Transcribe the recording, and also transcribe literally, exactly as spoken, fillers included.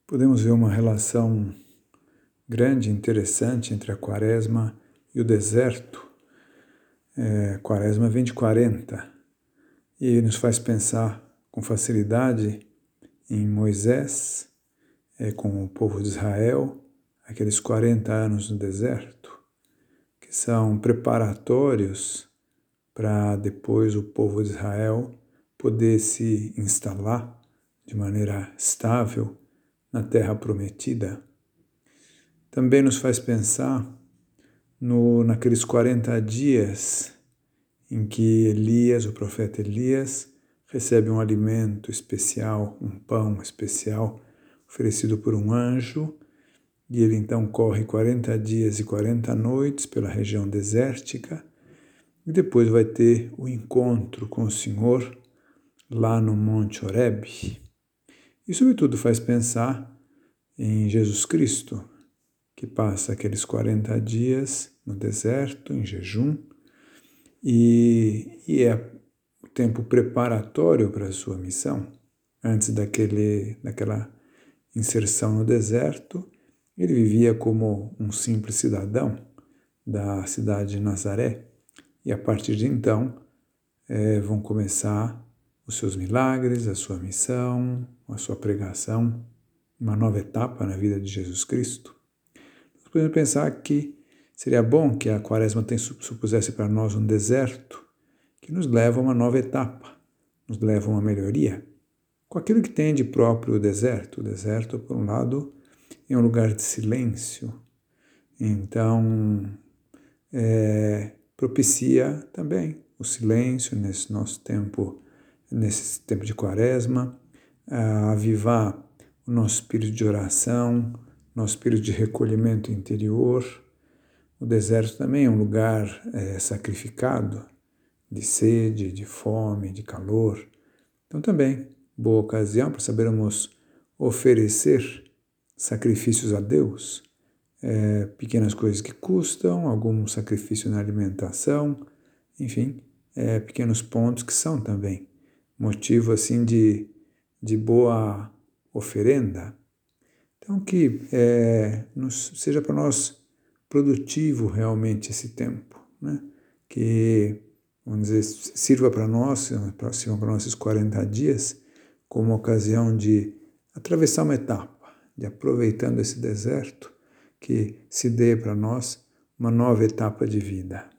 Podemos ver uma relação grande e interessante entre a quaresma e o deserto. É, quaresma vem de quarenta e nos faz pensar com facilidade em Moisés, é, com o povo de Israel, aqueles quarenta anos no deserto, que são preparatórios para depois o povo de Israel poder se instalar de maneira estável na terra prometida. Também nos faz pensar no, naqueles quarenta dias em que Elias, o profeta Elias, recebe um alimento especial, um pão especial, oferecido por um anjo, e ele então corre quarenta dias e quarenta noites pela região desértica, e depois vai ter o encontro com o Senhor lá no Monte Horebe. E sobretudo faz pensar em Jesus Cristo, que passa aqueles quarenta dias no deserto, em jejum, e, e é o tempo preparatório para a sua missão. Antes daquele, daquela inserção no deserto, ele vivia como um simples cidadão da cidade de Nazaré, e a partir de então é, vão começar os seus milagres, a sua missão, a sua pregação, uma nova etapa na vida de Jesus Cristo. Nós podemos pensar que seria bom que a quaresma supusesse para nós um deserto que nos leva a uma nova etapa, nos leva a uma melhoria, com aquilo que tem de próprio o deserto. O deserto, por um lado, é um lugar de silêncio, então é, propicia também o silêncio nesse nosso tempo, nesse tempo de quaresma, a avivar o nosso espírito de oração, nosso espírito de recolhimento interior. O deserto também é um lugar é, sacrificado, de sede, de fome, de calor. Então também, boa ocasião para sabermos oferecer sacrifícios a Deus, é, pequenas coisas que custam, algum sacrifício na alimentação, enfim, é, pequenos pontos que são também motivo assim de, de boa oferenda. Então que é, nos, seja para nós produtivo realmente esse tempo, né? Que, vamos dizer, sirva para nós, sirva para nós esses quarenta dias como ocasião de atravessar uma etapa, de aproveitando esse deserto, que se dê para nós uma nova etapa de vida.